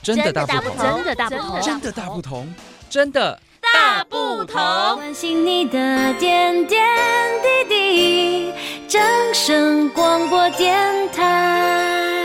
真的大不同， 真的大不同， 真的大不同，真的大不同。 关心你的点点滴滴，掌声广播电台。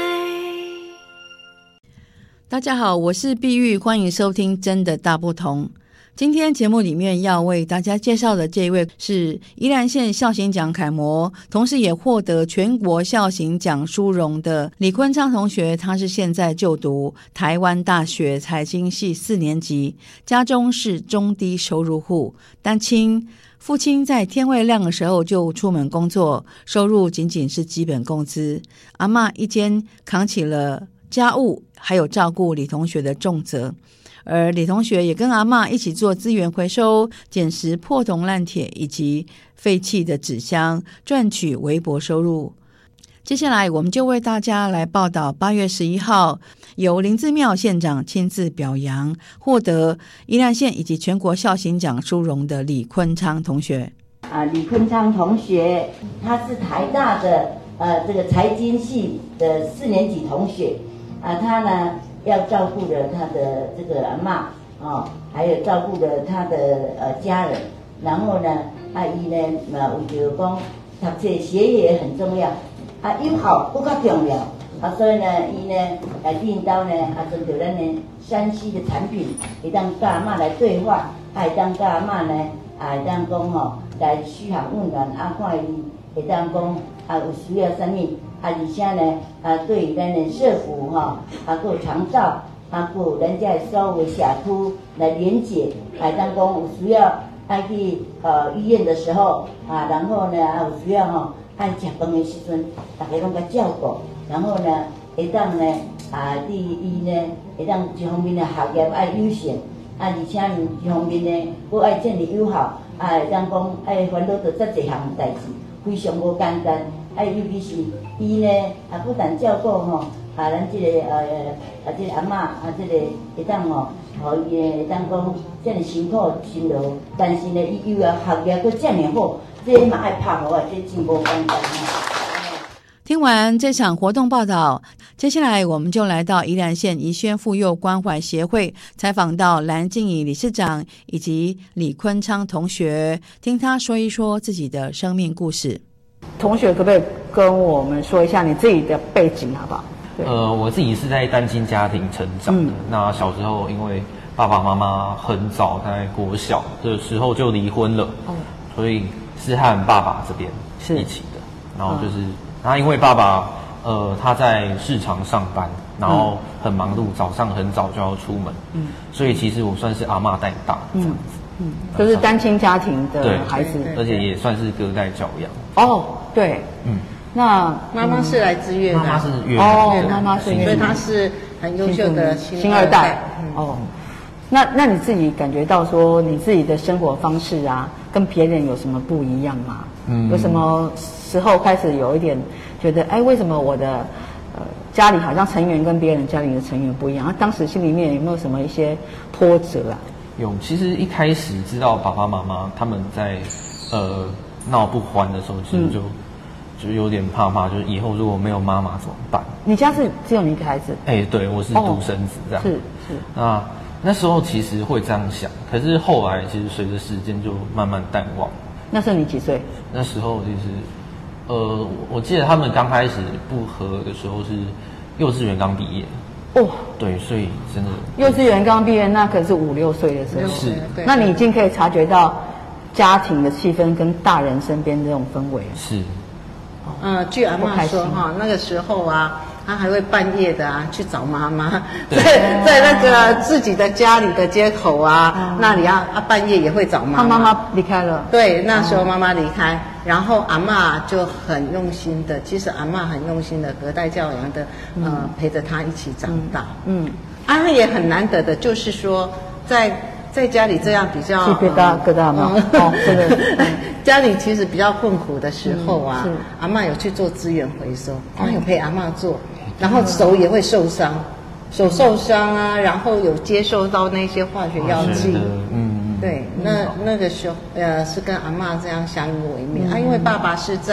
大家好，我是碧玉，欢迎收听真的大不同。今天节目里面要为大家介绍的这一位是宜兰县孝行奖楷模，同时也获得全国孝行奖殊荣的李坤昌同学。他是现在就读台湾大学财经系4年级，家中是中低收入户，单亲，父亲在天未亮的时候就出门工作，收入仅仅是基本工资，阿嬷一肩扛起了家务还有照顾李同学的重责。而李同学也跟阿嬷一起做资源回收，捡拾破铜烂铁以及废弃的纸箱，赚取微薄收入。接下来我们就为大家来报道8月11号由林自妙县长亲自表扬，获得宜兰县以及全国孝行奖殊荣的李坤昌同学。 李坤昌同学，他是台大的这个财经系的4年级同学，他呢要照顾着他的这个阿嬷还有照顾着他的家人，然后呢，伊呢为着讲读册学业很重要，友好更加重要，所以呢，伊呢领导呢针对咱的山西的产品，会当跟阿嬷来对话，会当跟阿嬷呢会当讲来嘘寒问暖，看伊会当讲有需要啥物。而且呢，对于咱的社福还有长照，还有咱家的所有社区来连结，当讲有需要去医院的时候然后呢有需要按食饭的时阵，大家拢甲照顾，然后呢会当呢对伊呢会当一方面的学业爱优秀，而且一方面呢，佫爱建立友好，会当讲烦恼着遮侪项代志，非常无简单。尤其是伊呢，不但照顾咱这个这个阿嬷这个会当互伊会当讲这么辛苦辛劳，但是呢，伊又学业佫这么好，这嘛爱拍互这真无简单听完这场活动报道，接下来我们就来到宜兰县宜萱妇幼关怀协会，采访到蓝静怡理事长以及李坤昌同学，听他说一说自己的生命故事。 同学可不可以跟我们说一下你自己的背景好不好？ 我自己是在单亲家庭成长的。那小时候因为爸爸妈妈很早在国小的时候就离婚了，所以是和爸爸这边一起的。然后就是他因为爸爸他在市场上班，然后很忙碌，早上很早就要出门，所以其实我算是阿嬷带大这样子。 就是单亲家庭的孩子， 而且也算是隔代教养。 对，那妈妈是来自越南， 妈妈是越南， 妈妈是越南， 所以她是很优秀的新二代。那你自己感觉到说你自己的生活方式跟别人有什么不一样吗？有什么时候开始有一点觉得，为什么我的家里好像成员跟别人家里的成员不一样？当时心里面有没有什么一些波折有，其实一开始知道爸爸妈妈他们在闹不欢的时候，其实就有点怕，就是以后如果没有妈妈怎么办？ 你家是只有你一个孩子？ 对，我是独生子这样。 是。 那时候其实会这样想，可是后来其实随着时间就慢慢淡忘。 那时候你几岁？ 那时候其实我记得他们刚开始不和的时候是幼稚园刚毕业。对，所以真的幼稚园刚毕业，那可是5、6岁的时候。 是， 那你已经可以察觉到家庭的气氛跟大人身边这种氛围。 是。 据阿嬷说那个时候他还会半夜的去找妈妈，在那个自己的家里的街口那里半夜也会找妈妈。 他妈妈离开了。 对，那时候妈妈离开，然后阿嬷就很用心的，其实阿嬷很用心的隔代教养的，陪着他一起长大。那也很难得的，就是说在家里这样比较疙瘩吗？真的。 家里其实比较困苦的时候阿嬷有去做资源回收，有陪阿嬷做，然后手也会受伤，手受伤然后有接受到那些化学药剂。对，那个时候是跟阿嬷这样相依为命。因为爸爸是在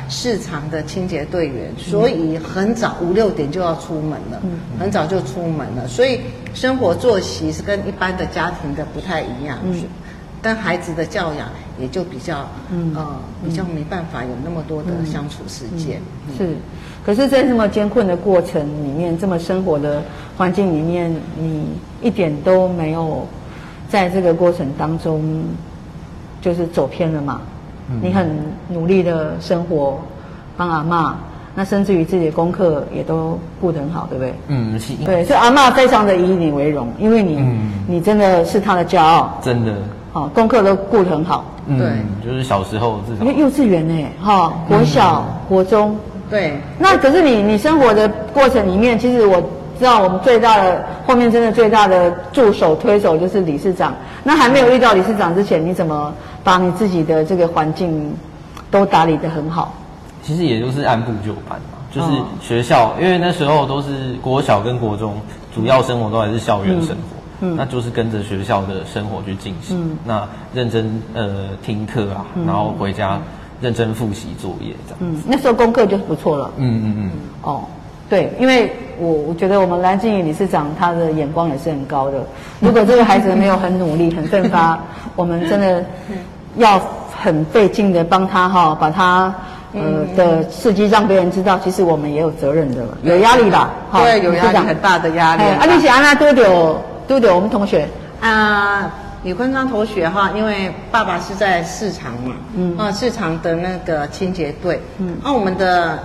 市场的清洁队员，所以很早5、6点就要出门了，很早就出门了，所以生活作息是跟一般的家庭的不太一样，跟孩子的教养也就比较没办法有那么多的相处时间。 是，可是，在这么艰困的过程里面，这么生活的环境里面，你一点都没有在这个过程当中就是走偏了嘛？你很努力的生活，帮阿嬷，那甚至于自己的功课也都顾得很好，对不对？对，所以阿嬷非常的以你为荣，因为你真的是她的骄傲， 真的。 功课都顾得很好。 对， 就是小时候这种。 幼稚园呢，国小、国中。 对。 那可是你生活的过程里面，其实我知道我们后面真的最大的助手推手就是理事长。那还没有遇到理事长之前，你怎么把你自己的这个环境都打理得很好？ 其实也就是按部就班嘛，就是学校，因为那时候都是国小跟国中，主要生活都还是校园生活。那就是跟着学校的生活去进行，那认真听课啊，然后回家认真复习作业这样。 那时候功课就不错了。对，因为我觉得我们蓝静怡理事长他的眼光也是很高的。如果这个孩子没有很努力、很奋发，我们真的要很费劲的帮他把他的事迹让别人知道，其实我们也有责任的，有压力吧？ 对，有压力，很大的压力。 你是安那多久？我们同学李坤章同学因为爸爸是在市场嘛，市场的那个清洁队，我们的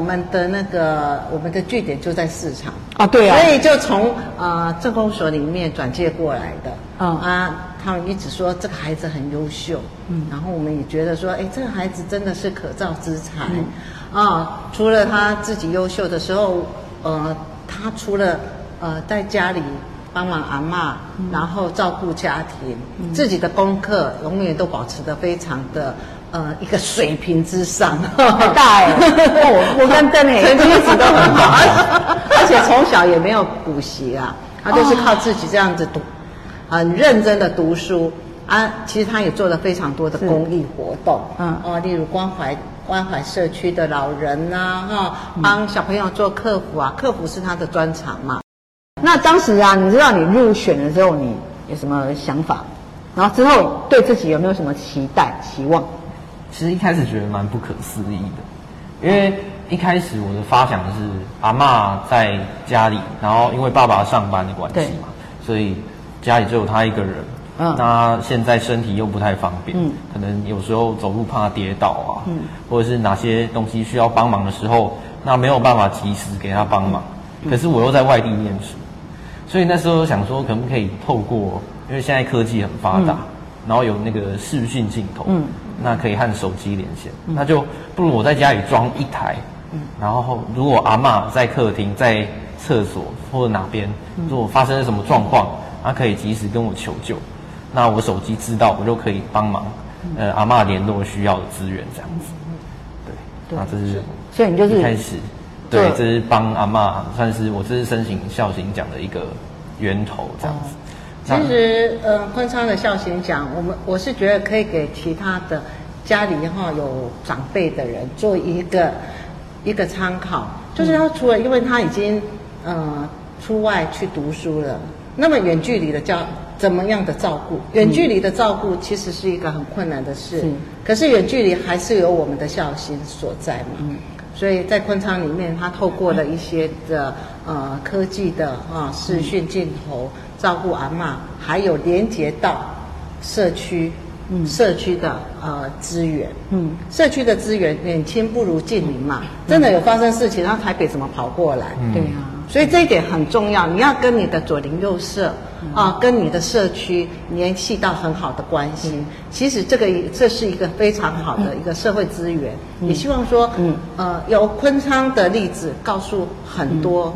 据点就在市场对啊， 所以就从政工所里面转介过来的，他们一直说这个孩子很优秀，然后我们也觉得说，这个孩子真的是可造之材，除了他自己优秀的时候，他除了在家里帮忙阿嬷，然后照顾家庭，自己的功课永远都保持得非常的一个水平之上， 很大我跟邓成绩一直都很好，而且从小也没有补习啊，他就是靠自己这样子读，很认真的读书其实他也做了非常多的公益活动，例如关怀社区的老人帮小朋友做客服客服是他的专长嘛。 那当时你知道你入选的时候，你有什么想法？然后之后对自己有没有什么期望？ 其实一开始觉得蛮不可思议的，因为一开始我的发想是阿嬷在家里，然后因为爸爸上班的关系嘛，所以家里只有他一个人。那现在身体又不太方便，可能有时候走路怕跌倒或者是哪些东西需要帮忙的时候，那没有办法及时给他帮忙。可是我又在外地念书，所以那时候想说，可不可以透过，因为现在科技很发达，然后有那个视讯镜头，那可以和手机连线，那就不如我在家里装一台，然后如果阿嬷在客厅、在厕所或者哪边，如果发生了什么状况，她可以及时跟我求救，那我手机知道，我就可以帮忙阿嬷联络需要的资源这样子。对，那这是所以你就是一开始。对，这是帮阿嬷，算是我这是申请孝行奖的一个源头，这样子。 其实，昆昌的孝行奖，我是觉得可以给其他的家里有长辈的人做一个参考，就是他除了因为他已经出外去读书了，那么远距离的怎么样的照顾？远距离的照顾其实是一个很困难的事，可是远距离还是有我们的孝心所在嘛。所以在昆昌里面，他透过了一些的科技的视讯镜头照顾阿嬷，还有连接到社区的资源，社区的资源远亲不如近邻嘛，真的有发生事情，然后台北怎么跑过来？ 对啊， 所以这一点很重要，你要跟你的左邻右舍跟你的社区联系到很好的关系。其实这是一个非常好的一个社会资源，也希望说，由昆昌的例子告诉很多，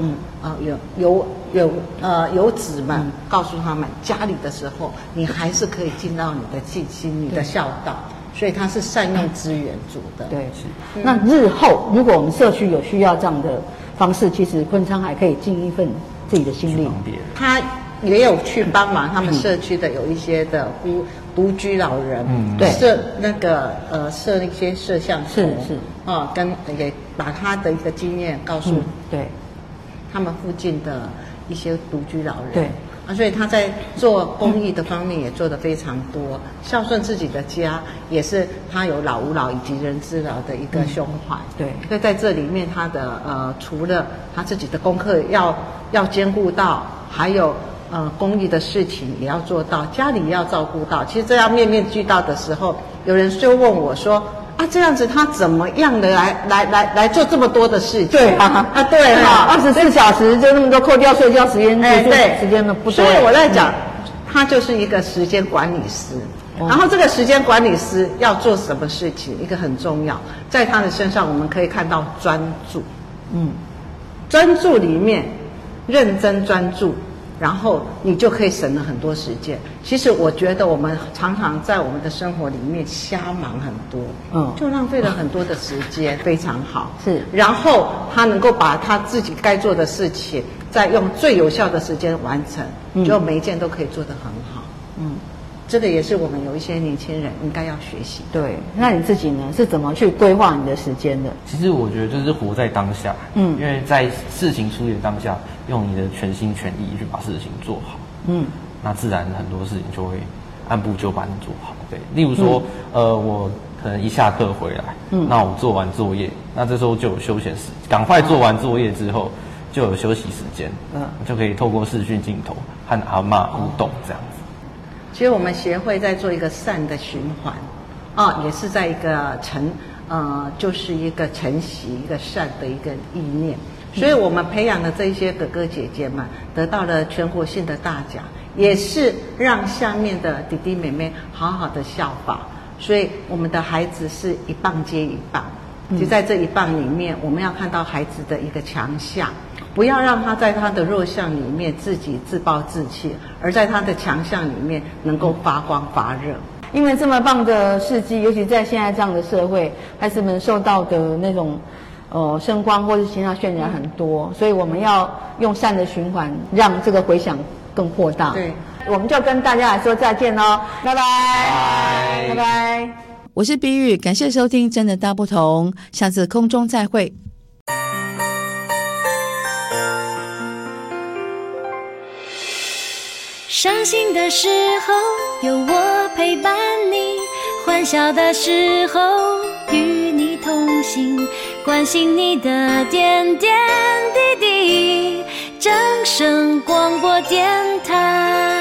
游子们，告诉他们家里的时候，你还是可以尽到你的尽心，你的孝道。所以他是善用资源组的。 对，是。那日后如果我们社区有需要这样的方式，其实昆昌还可以尽一份自己的心力。 他也有去帮忙他们社区的有一些的独居老人， 对， 设一些摄像头， 是也把他的一个经验告诉对他们附近的一些独居老人。 对所以他在做公益的方面也做得非常多，孝顺自己的家也是他有老吾老以及人之老的一个胸怀。 对， 所以在这里面他的除了他自己的功课要兼顾到，还有公益的事情也要做到，家里也要照顾到。其实这样面面俱到的时候，有人就问我说这样子他怎么样的来做这么多的事情？ 对啊， 对哈 ，24小时就那么多，扣掉睡觉时间，对，时间不多。 所以我在讲，他就是一个时间管理师。然后这个时间管理师要做什么事情，一个很重要，在他的身上我们可以看到专注。专注里面认真专注。然后你就可以省了很多时间。其实我觉得我们常常在我们的生活里面瞎忙很多，就浪费了很多的时间，非常好。 是， 然后他能够把他自己该做的事情，再用最有效的时间完成，就每一件都可以做得很好。这个也是我们有一些年轻人应该要学习。 对，那你自己呢？是怎么去规划你的时间的？ 其实我觉得就是活在当下，因为在事情出现当下，用你的全心全意去把事情做好，那自然很多事情就会按部就班的做好。对，例如说，我可能一下课回来，那我做完作业，那这时候就有休闲时，赶快做完作业之后就有休息时间，就可以透过视讯镜头和阿嬷互动这样子。 其实我们协会在做一个善的循环，也是在一个就是一个承袭一个善的一个意念，所以我们培养的这一些哥哥姐姐们得到了全国性的大奖，也是让下面的弟弟妹妹好好的效法，所以我们的孩子是一棒接一棒，就在这一棒里面，我们要看到孩子的一个强项。不要让他在他的弱项里面自己自暴自弃，而在他的强项里面能够发光发热。 因为这么棒的事迹，尤其在现在这样的社会，孩子们受到的那种声光或是其他渲染很多，所以我们要用善的循环，让这个回响更扩大。 对， 我们就跟大家来说再见喽，拜拜，拜拜。 我是碧玉，感谢收听《真的大不同》，下次空中再会。 伤心的时候有我陪伴你，欢笑的时候与你同行，关心你的点点滴滴。正声广播电台。